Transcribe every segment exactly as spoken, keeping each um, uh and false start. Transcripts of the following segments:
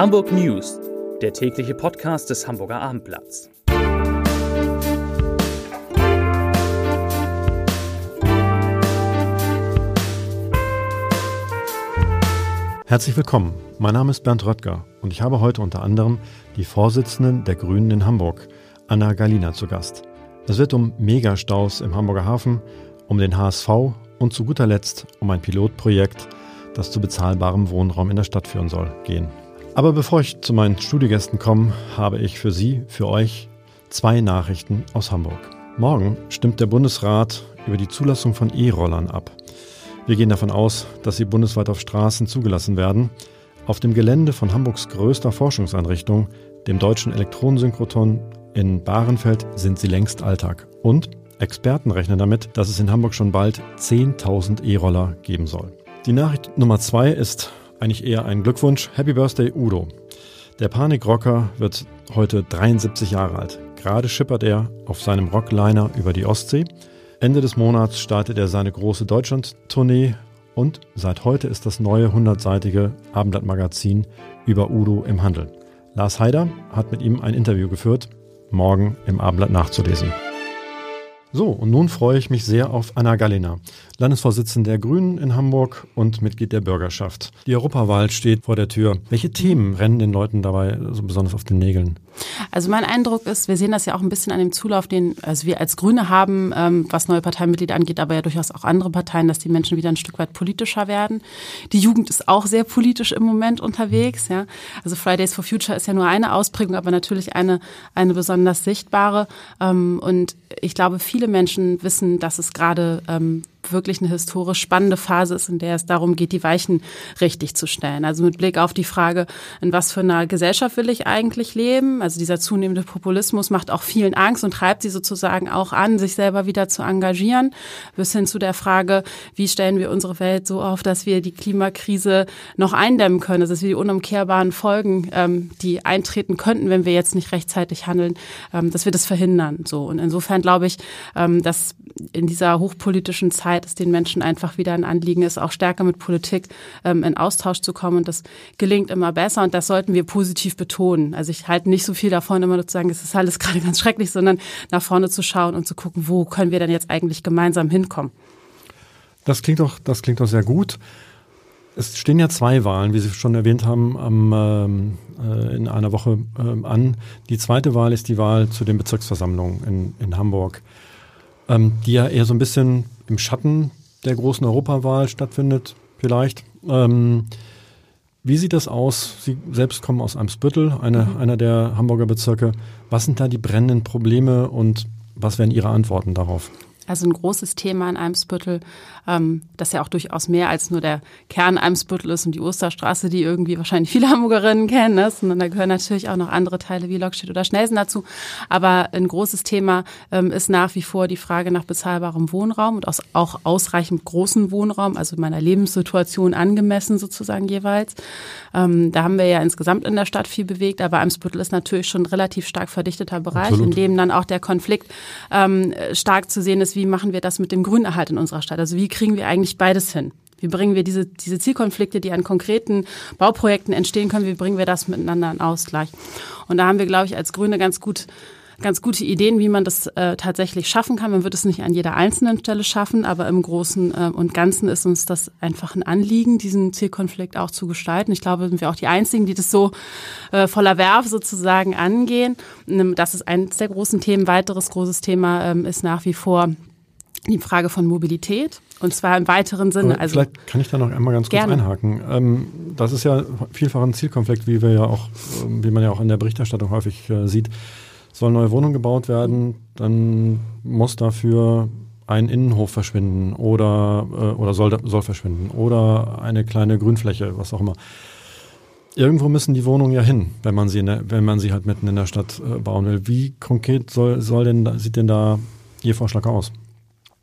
Hamburg News, der tägliche Podcast des Hamburger Abendblatts. Herzlich willkommen, mein Name ist Bernd Röttger und ich habe heute unter anderem die Vorsitzende der Grünen in Hamburg, Anna Gallina, zu Gast. Es wird um Megastaus im Hamburger Hafen, um den H S V und zu guter Letzt um ein Pilotprojekt, das zu bezahlbarem Wohnraum in der Stadt führen soll, gehen. Aber bevor ich zu meinen Studiogästen komme, habe ich für Sie, für euch, zwei Nachrichten aus Hamburg. Morgen stimmt der Bundesrat über die Zulassung von E-Rollern ab. Wir gehen davon aus, dass sie bundesweit auf Straßen zugelassen werden. Auf dem Gelände von Hamburgs größter Forschungseinrichtung, dem Deutschen Elektronensynchrotron in Bahrenfeld, sind sie längst Alltag. Und Experten rechnen damit, dass es in Hamburg schon bald zehntausend E-Roller geben soll. Die Nachricht Nummer zwei ist eigentlich eher ein Glückwunsch. Happy Birthday, Udo. Der Panikrocker wird heute dreiundsiebzig Jahre alt. Gerade schippert er auf seinem Rockliner über die Ostsee. Ende des Monats startet er seine große Deutschland-Tournee und seit heute ist das neue hundertseitige Abendblatt-Magazin über Udo im Handel. Lars Haider hat mit ihm ein Interview geführt, morgen im Abendblatt nachzulesen. So, und nun freue ich mich sehr auf Anna Gallina, Landesvorsitzende der Grünen in Hamburg und Mitglied der Bürgerschaft. Die Europawahl steht vor der Tür. Welche Themen rennen den Leuten dabei so besonders auf den Nägeln? Also mein Eindruck ist, wir sehen das ja auch ein bisschen an dem Zulauf, den also wir als Grüne haben, ähm, was neue Parteimitglieder angeht, aber ja durchaus auch andere Parteien, dass die Menschen wieder ein Stück weit politischer werden. Die Jugend ist auch sehr politisch im Moment unterwegs. Ja. Also Fridays for Future ist ja nur eine Ausprägung, aber natürlich eine, eine besonders sichtbare. Ähm, und ich glaube, viele Menschen wissen, dass es gerade ähm, wirklich eine historisch spannende Phase ist, in der es darum geht, die Weichen richtig zu stellen. Also mit Blick auf die Frage, in was für einer Gesellschaft will ich eigentlich leben? Also dieser zunehmende Populismus macht auch vielen Angst und treibt sie sozusagen auch an, sich selber wieder zu engagieren. Bis hin zu der Frage, wie stellen wir unsere Welt so auf, dass wir die Klimakrise noch eindämmen können, also dass wir die unumkehrbaren Folgen, ähm, die eintreten könnten, wenn wir jetzt nicht rechtzeitig handeln, ähm, dass wir das verhindern. So. Und insofern glaube ich, ähm, dass in dieser hochpolitischen Zeit es den Menschen einfach wieder ein Anliegen ist, auch stärker mit Politik ähm, in Austausch zu kommen. Und das gelingt immer besser und das sollten wir positiv betonen. Also ich halte nicht so viel davon, immer nur zu sagen, es ist alles gerade ganz schrecklich, sondern nach vorne zu schauen und zu gucken, wo können wir denn jetzt eigentlich gemeinsam hinkommen. Das klingt doch, das klingt doch sehr gut. Es stehen ja zwei Wahlen, wie Sie schon erwähnt haben, am, ähm, äh, in einer Woche ähm, an. Die zweite Wahl ist die Wahl zu den Bezirksversammlungen in, in Hamburg, ähm, die ja eher so ein bisschen im Schatten der großen Europawahl stattfindet, vielleicht. Ähm, wie sieht das aus? Sie selbst kommen aus Eimsbüttel, eine, mhm. einer der Hamburger Bezirke. Was sind da die brennenden Probleme und was wären Ihre Antworten darauf? Also ein großes Thema in Eimsbüttel, ähm, das ja auch durchaus mehr als nur der Kern Eimsbüttel ist und die Osterstraße, die irgendwie wahrscheinlich viele Hamburgerinnen kennen, ne? Sondern da gehören natürlich auch noch andere Teile wie Lockstedt oder Schnelsen dazu. Aber ein großes Thema ähm, ist nach wie vor die Frage nach bezahlbarem Wohnraum und aus, auch ausreichend großen Wohnraum, also meiner Lebenssituation angemessen sozusagen jeweils. Ähm, da haben wir ja insgesamt in der Stadt viel bewegt, aber Eimsbüttel ist natürlich schon ein relativ stark verdichteter Bereich, Absolut. in dem dann auch der Konflikt ähm, stark zu sehen ist, wie machen wir das mit dem Grünerhalt in unserer Stadt? Also wie kriegen wir eigentlich beides hin? Wie bringen wir diese, diese Zielkonflikte, die an konkreten Bauprojekten entstehen können, wie bringen wir das miteinander in Ausgleich? Und da haben wir, glaube ich, als Grüne ganz gut ganz gute Ideen, wie man das äh, tatsächlich schaffen kann. Man wird es nicht an jeder einzelnen Stelle schaffen, aber im Großen äh, und Ganzen ist uns das einfach ein Anliegen, diesen Zielkonflikt auch zu gestalten. Ich glaube, sind wir auch die Einzigen, die das so äh, voller Werf sozusagen angehen. Das ist eines der großen Themen. Weiteres großes Thema ähm, ist nach wie vor die Frage von Mobilität. Und zwar im weiteren Sinne. Also vielleicht kann ich da noch einmal ganz kurz gerne einhaken. Ähm, das ist ja vielfach ein Zielkonflikt, wie wir ja auch, wie man ja auch in der Berichterstattung häufig äh, sieht. Soll neue Wohnung gebaut werden, dann muss dafür ein Innenhof verschwinden oder, äh, oder soll, soll verschwinden oder eine kleine Grünfläche, was auch immer. Irgendwo müssen die Wohnungen ja hin, wenn man sie, in der, wenn man sie halt mitten in der Stadt äh, bauen will. Wie konkret soll, soll denn, sieht denn da Ihr Vorschlag aus?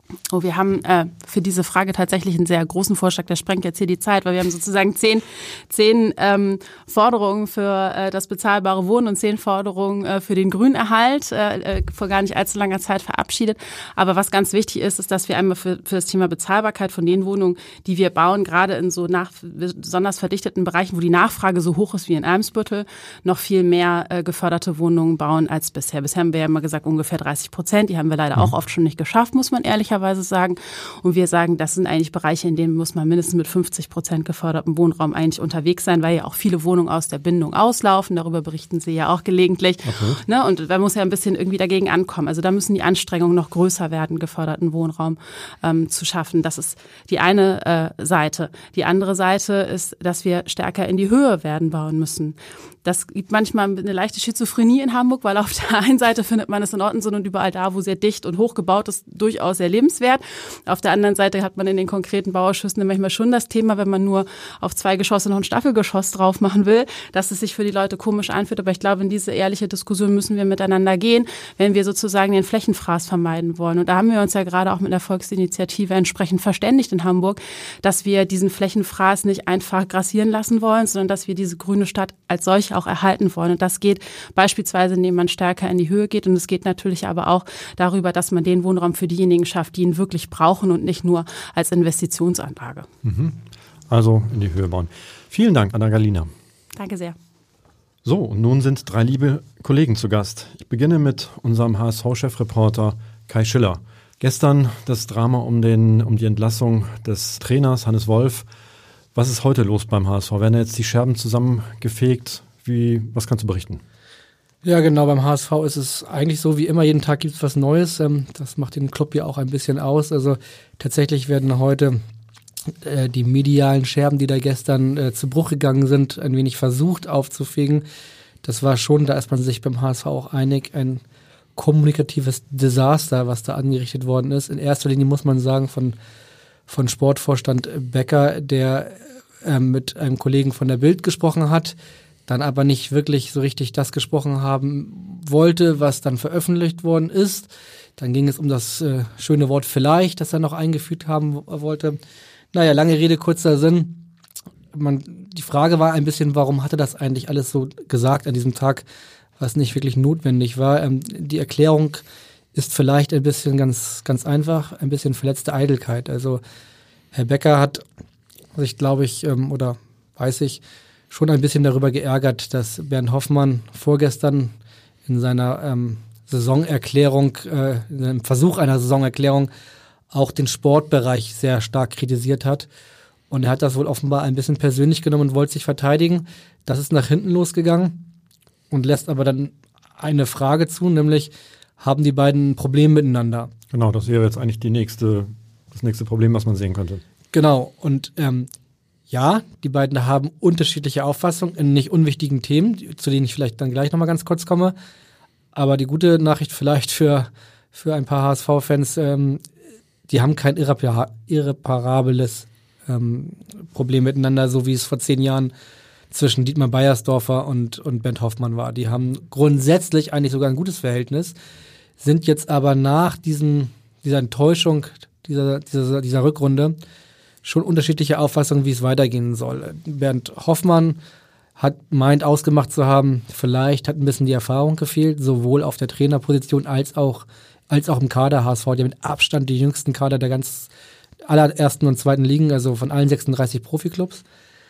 Oh, wir haben äh, für diese Frage tatsächlich einen sehr großen Vorschlag, der sprengt jetzt hier die Zeit, weil wir haben sozusagen zehn, zehn ähm, Forderungen für äh, das bezahlbare Wohnen und zehn Forderungen äh, für den Grünerhalt äh, vor gar nicht allzu langer Zeit verabschiedet. Aber was ganz wichtig ist, ist, dass wir einmal für, für das Thema Bezahlbarkeit von den Wohnungen, die wir bauen, gerade in so nach, besonders verdichteten Bereichen, wo die Nachfrage so hoch ist wie in Eimsbüttel, noch viel mehr äh, geförderte Wohnungen bauen als bisher. Bisher haben wir ja immer gesagt, ungefähr dreißig Prozent. Die haben wir leider mhm. auch oft schon nicht geschafft, muss man ehrlicherweise sagen. Und wir sagen, das sind eigentlich Bereiche, in denen muss man mindestens mit fünfzig Prozent gefördertem Wohnraum eigentlich unterwegs sein, weil ja auch viele Wohnungen aus der Bindung auslaufen. Darüber berichten Sie ja auch gelegentlich. Okay. Ne? Und da muss ja ein bisschen irgendwie dagegen ankommen. Also da müssen die Anstrengungen noch größer werden, geförderten Wohnraum ähm, zu schaffen. Das ist die eine äh, Seite. Die andere Seite ist, dass wir stärker in die Höhe werden bauen müssen. Das gibt manchmal eine leichte Schizophrenie in Hamburg, weil auf der einen Seite findet man es in Ordnung und überall da, wo sehr dicht und hoch gebaut ist, durchaus sehr lebenswert. Auf der anderen Seite hat man in den konkreten Bauausschüssen manchmal schon das Thema, wenn man nur auf zwei Geschosse noch ein Staffelgeschoss drauf machen will, dass es sich für die Leute komisch anfühlt. Aber ich glaube, in diese ehrliche Diskussion müssen wir miteinander gehen, wenn wir sozusagen den Flächenfraß vermeiden wollen. Und da haben wir uns ja gerade auch mit der Volksinitiative entsprechend verständigt in Hamburg, dass wir diesen Flächenfraß nicht einfach grassieren lassen wollen, sondern dass wir diese grüne Stadt als solche auch erhalten wollen. Und das geht beispielsweise, indem man stärker in die Höhe geht. Und es geht natürlich aber auch darüber, dass man den Wohnraum für diejenigen schafft, die ihn wirklich brauchen und nicht nur als Investitionsanlage. Mhm. Also in die Höhe bauen. Vielen Dank, Anna Galina. Danke sehr. So, und nun sind drei liebe Kollegen zu Gast. Ich beginne mit unserem H S V-Chefreporter Kai Schiller. Gestern das Drama um, den, um die Entlassung des Trainers Hannes Wolf. Was ist heute los beim H S V? Werden jetzt die Scherben zusammengefegt? Wie, was kannst du berichten? Ja, genau, beim H S V ist es eigentlich so wie immer, jeden Tag gibt es was Neues. Das macht den Club ja auch ein bisschen aus. Also tatsächlich werden heute äh, die medialen Scherben, die da gestern äh, zu Bruch gegangen sind, ein wenig versucht aufzufegen. Das war schon, da ist man sich beim H S V auch einig, ein kommunikatives Desaster, was da angerichtet worden ist. In erster Linie muss man sagen, von, von Sportvorstand Becker, der äh, mit einem Kollegen von der Bild gesprochen hat, dann aber nicht wirklich so richtig das gesprochen haben wollte, was dann veröffentlicht worden ist. Dann ging es um das äh, schöne Wort vielleicht, das er noch eingefügt haben wollte. Naja, lange Rede, kurzer Sinn. Man, die Frage war ein bisschen, warum hatte das eigentlich alles so gesagt an diesem Tag, was nicht wirklich notwendig war. Ähm, die Erklärung ist vielleicht ein bisschen ganz, ganz einfach, ein bisschen verletzte Eitelkeit. Also Herr Becker hat sich, glaube ich, ähm, oder weiß ich, schon ein bisschen darüber geärgert, dass Bernd Hoffmann vorgestern in seiner ähm, Saisonerklärung, äh, in einem Versuch einer Saisonerklärung auch den Sportbereich sehr stark kritisiert hat. Und er hat das wohl offenbar ein bisschen persönlich genommen und wollte sich verteidigen. Das ist nach hinten losgegangen und lässt aber dann eine Frage zu, nämlich, haben die beiden ein Problem miteinander? Genau, das wäre jetzt eigentlich die nächste, das nächste Problem, was man sehen könnte. Genau, und ähm, ja, die beiden haben unterschiedliche Auffassungen in nicht unwichtigen Themen, zu denen ich vielleicht dann gleich nochmal ganz kurz komme. Aber die gute Nachricht vielleicht für, für ein paar H S V-Fans, ähm, die haben kein irrepar- irreparables ähm, Problem miteinander, so wie es vor zehn Jahren zwischen Dietmar Beiersdorfer und, und Bernd Hoffmann war. Die haben grundsätzlich eigentlich sogar ein gutes Verhältnis, sind jetzt aber nach diesem, dieser Enttäuschung, dieser, dieser, dieser Rückrunde schon unterschiedliche Auffassungen, wie es weitergehen soll. Bernd Hoffmann hat meint ausgemacht zu haben, vielleicht hat ein bisschen die Erfahrung gefehlt, sowohl auf der Trainerposition als auch, als auch im Kader H S V, der mit Abstand die jüngsten Kader der ganz aller ersten und zweiten Ligen, also von allen sechsunddreißig Profiklubs.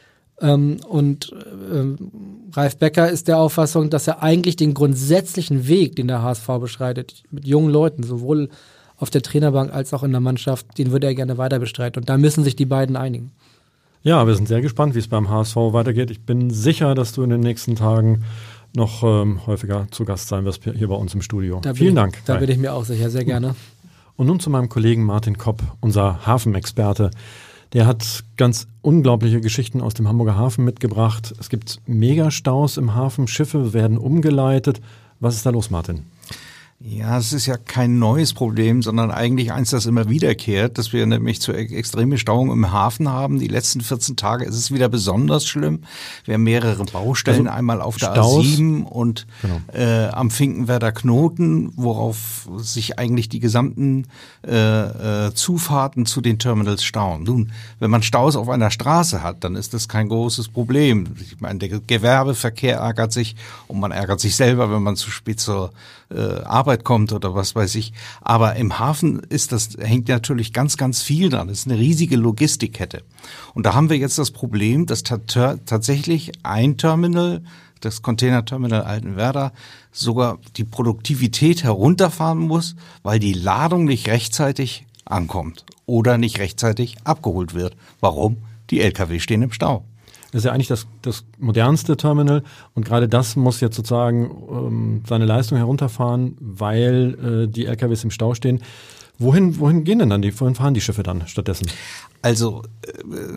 Ähm, und ähm, Ralf Becker ist der Auffassung, dass er eigentlich den grundsätzlichen Weg, den der H S V beschreitet, mit jungen Leuten, sowohl auf der Trainerbank als auch in der Mannschaft, den würde er gerne weiter bestreiten. Und da müssen sich die beiden einigen. Ja, wir sind sehr gespannt, wie es beim H S V weitergeht. Ich bin sicher, dass du in den nächsten Tagen noch ähm, häufiger zu Gast sein wirst hier bei uns im Studio. Da Vielen ich, Dank. Da bin ich mir auch sicher, sehr gerne. Und nun zu meinem Kollegen Martin Kopp, unser Hafenexperte. Der hat ganz unglaubliche Geschichten aus dem Hamburger Hafen mitgebracht. Es gibt Megastaus im Hafen, Schiffe werden umgeleitet. Was ist da los, Martin? Ja, es ist ja kein neues Problem, sondern eigentlich eins, das immer wiederkehrt, dass wir nämlich zu extreme Stauungen im Hafen haben. Die letzten vierzehn Tage ist es wieder besonders schlimm. Wir haben mehrere Baustellen, also einmal auf der Staus. A sieben und genau. äh, am Finkenwerder Knoten, worauf sich eigentlich die gesamten äh, äh, Zufahrten zu den Terminals stauen. Nun, wenn man Staus auf einer Straße hat, dann ist das kein großes Problem. Ich meine, der Gewerbeverkehr ärgert sich und man ärgert sich selber, wenn man zu spät zur äh, Arbeit kommt oder was weiß ich. Aber im Hafen ist das, hängt natürlich ganz, ganz viel dran. Das ist eine riesige Logistikkette. Und da haben wir jetzt das Problem, dass ta- tatsächlich ein Terminal, das Containerterminal Altenwerder, sogar die Produktivität herunterfahren muss, weil die Ladung nicht rechtzeitig ankommt oder nicht rechtzeitig abgeholt wird. Warum? Die L K W stehen im Stau. Das ist ja eigentlich das, das modernste Terminal und gerade das muss jetzt sozusagen ähm, seine Leistung herunterfahren, weil äh, die L K Ws im Stau stehen. Wohin, wohin gehen denn dann die, wohin fahren die Schiffe dann stattdessen? Also äh,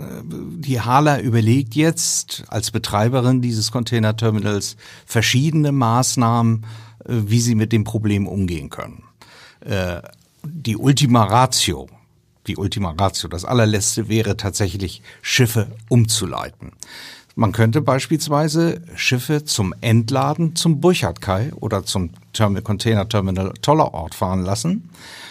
die Hala überlegt jetzt als Betreiberin dieses Containerterminals verschiedene Maßnahmen, äh, wie sie mit dem Problem umgehen können. Äh, die Ultima Ratio Die Ultima Ratio, das allerletzte wäre tatsächlich, Schiffe umzuleiten. Man könnte beispielsweise Schiffe zum Entladen zum Burchardkai oder zum Terminal, Containerterminal Tollerort fahren lassen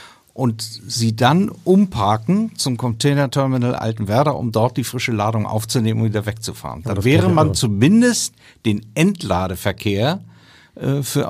und sie dann umparken zum Containerterminal Altenwerder, um dort die frische Ladung aufzunehmen und wieder wegzufahren. Dann wäre man zumindest den Entladeverkehr für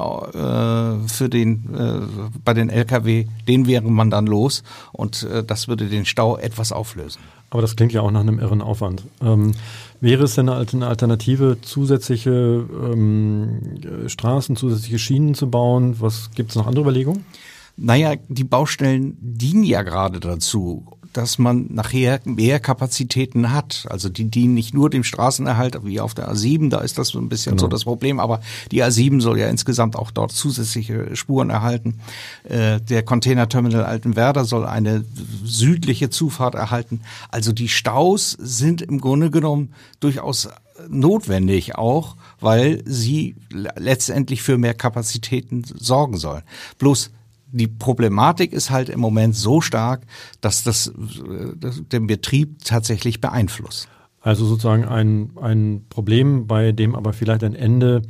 äh, für den äh, bei den L K W, den wäre man dann los und äh, das würde den Stau etwas auflösen. Aber das klingt ja auch nach einem irren Aufwand. Ähm, wäre es denn eine Alternative, zusätzliche ähm, Straßen, zusätzliche Schienen zu bauen? Was gibt es noch andere Überlegungen? Naja, die Baustellen dienen ja gerade dazu, dass man nachher mehr Kapazitäten hat. Also die dienen nicht nur dem Straßenerhalt, wie auf der A sieben, da ist das so ein bisschen genau. so das Problem, aber die A sieben soll ja insgesamt auch dort zusätzliche Spuren erhalten. Äh, der Containerterminal Altenwerder soll eine südliche Zufahrt erhalten. Also die Staus sind im Grunde genommen durchaus notwendig auch, weil sie letztendlich für mehr Kapazitäten sorgen sollen. Bloß die Problematik ist halt im Moment so stark, dass das, das den Betrieb tatsächlich beeinflusst. Also sozusagen ein, ein Problem, bei dem aber vielleicht ein Ende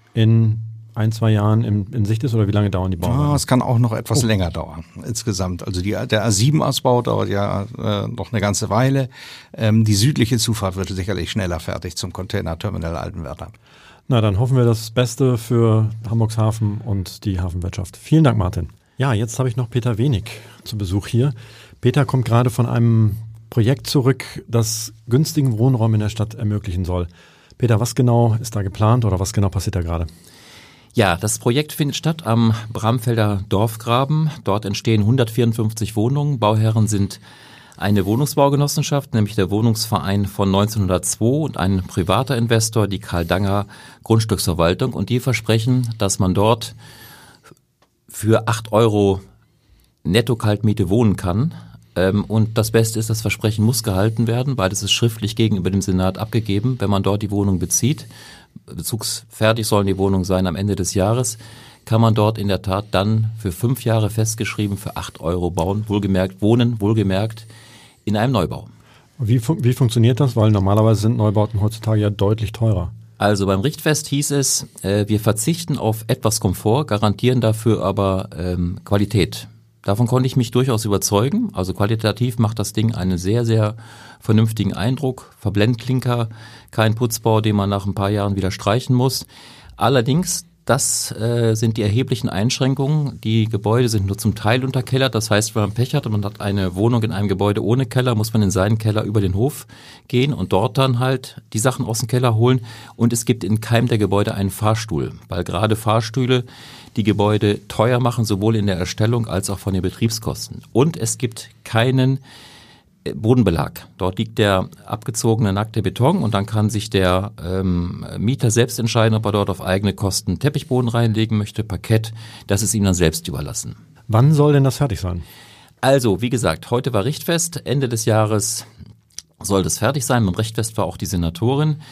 in ein, zwei Jahren in, in Sicht ist, oder wie lange dauern die Bauarbeiten? Ja, es kann auch noch etwas oh. länger dauern insgesamt. Also die, der A sieben Ausbau dauert ja äh, noch eine ganze Weile. Ähm, die südliche Zufahrt wird sicherlich schneller fertig zum Containerterminal Altenwerder. Na, dann hoffen wir das Beste für Hamburgs Hafen und die Hafenwirtschaft. Vielen Dank, Martin. Ja, jetzt habe ich noch Peter Wenig zu Besuch hier. Peter kommt gerade von einem Projekt zurück, das günstigen Wohnraum in der Stadt ermöglichen soll. Peter, was genau ist da geplant oder was genau passiert da gerade? Ja, das Projekt findet statt am Bramfelder Dorfgraben. Dort entstehen hundertvierundfünfzig Wohnungen. Bauherren sind eine Wohnungsbaugenossenschaft, nämlich der Wohnungsverein von neunzehnhundertzwei und ein privater Investor, die Karl Danger Grundstücksverwaltung. Und die versprechen, dass man dort für acht Euro Netto-Kaltmiete wohnen kann. Und das Beste ist, das Versprechen muss gehalten werden, weil es ist schriftlich gegenüber dem Senat abgegeben, wenn man dort die Wohnung bezieht. Bezugsfertig sollen die Wohnungen sein am Ende des Jahres, kann man dort in der Tat dann für fünf Jahre festgeschrieben für acht Euro bauen, wohlgemerkt wohnen, wohlgemerkt in einem Neubau. Wie, fun- wie funktioniert das? Weil normalerweise sind Neubauten heutzutage ja deutlich teurer. Also beim Richtfest hieß es, äh, wir verzichten auf etwas Komfort, garantieren dafür aber ähm, Qualität. Davon konnte ich mich durchaus überzeugen. Also qualitativ macht das Ding einen sehr, sehr vernünftigen Eindruck. Verblendklinker, kein Putzbau, den man nach ein paar Jahren wieder streichen muss. Allerdings, das äh, sind die erheblichen Einschränkungen. Die Gebäude sind nur zum Teil unterkellert. Das heißt, wenn man Pech hat und man hat eine Wohnung in einem Gebäude ohne Keller, muss man in seinen Keller über den Hof gehen und dort dann halt die Sachen aus dem Keller holen. Und es gibt in keinem der Gebäude einen Fahrstuhl, weil gerade Fahrstühle die Gebäude teuer machen, sowohl in der Erstellung als auch von den Betriebskosten. Und es gibt keinen Bodenbelag. Dort liegt der abgezogene nackte Beton und dann kann sich der ähm, Mieter selbst entscheiden, ob er dort auf eigene Kosten Teppichboden reinlegen möchte, Parkett. Das ist ihm dann selbst überlassen. Wann soll denn das fertig sein? Also, wie gesagt, heute war Richtfest. Ende des Jahres soll das fertig sein. Beim Richtfest war auch die Senatorin.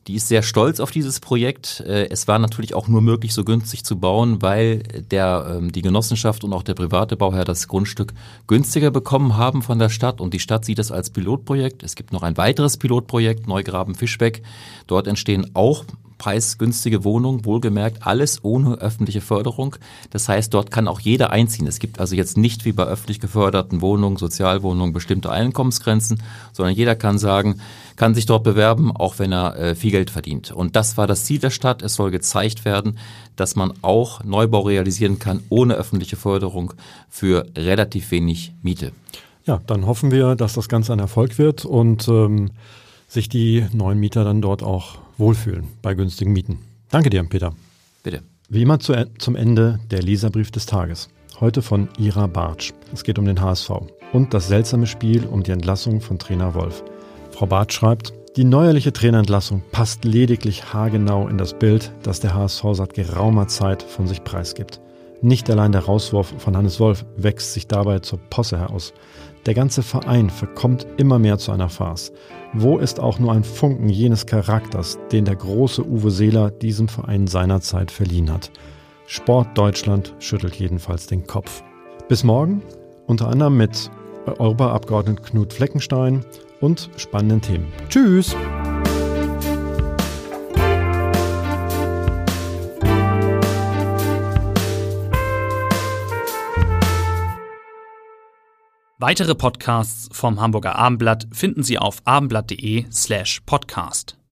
Die ist sehr stolz auf dieses Projekt. Es war natürlich auch nur möglich, so günstig zu bauen, weil der, die Genossenschaft und auch der private Bauherr das Grundstück günstiger bekommen haben von der Stadt. Und die Stadt sieht es als Pilotprojekt. Es gibt noch ein weiteres Pilotprojekt, Neugraben-Fischbeck. Dort entstehen auch preisgünstige Wohnungen, wohlgemerkt alles ohne öffentliche Förderung. Das heißt, dort kann auch jeder einziehen. Es gibt also jetzt nicht wie bei öffentlich geförderten Wohnungen, Sozialwohnungen bestimmte Einkommensgrenzen, sondern jeder kann sagen, kann sich dort bewerben, auch wenn er äh, viel Geld verdient. Und das war das Ziel der Stadt. Es soll gezeigt werden, dass man auch Neubau realisieren kann ohne öffentliche Förderung für relativ wenig Miete. Ja, dann hoffen wir, dass das Ganze ein Erfolg wird und ähm, sich die neuen Mieter dann dort auch wohlfühlen bei günstigen Mieten. Danke dir, Peter. Bitte. Wie immer zu, zum Ende der Leserbrief des Tages. Heute von Ira Bartsch. Es geht um den H S V und das seltsame Spiel um die Entlassung von Trainer Wolf. Frau Bartsch schreibt, die neuerliche Trainerentlassung passt lediglich haargenau in das Bild, das der H S V seit geraumer Zeit von sich preisgibt. Nicht allein der Rauswurf von Hannes Wolf wächst sich dabei zur Posse heraus. Der ganze Verein verkommt immer mehr zu einer Farce. Wo ist auch nur ein Funken jenes Charakters, den der große Uwe Seeler diesem Verein seinerzeit verliehen hat? Sport Deutschland schüttelt jedenfalls den Kopf. Bis morgen, unter anderem mit Europaabgeordneten Knut Fleckenstein und spannenden Themen. Tschüss! Weitere Podcasts vom Hamburger Abendblatt finden Sie auf abendblatt.de slash podcast.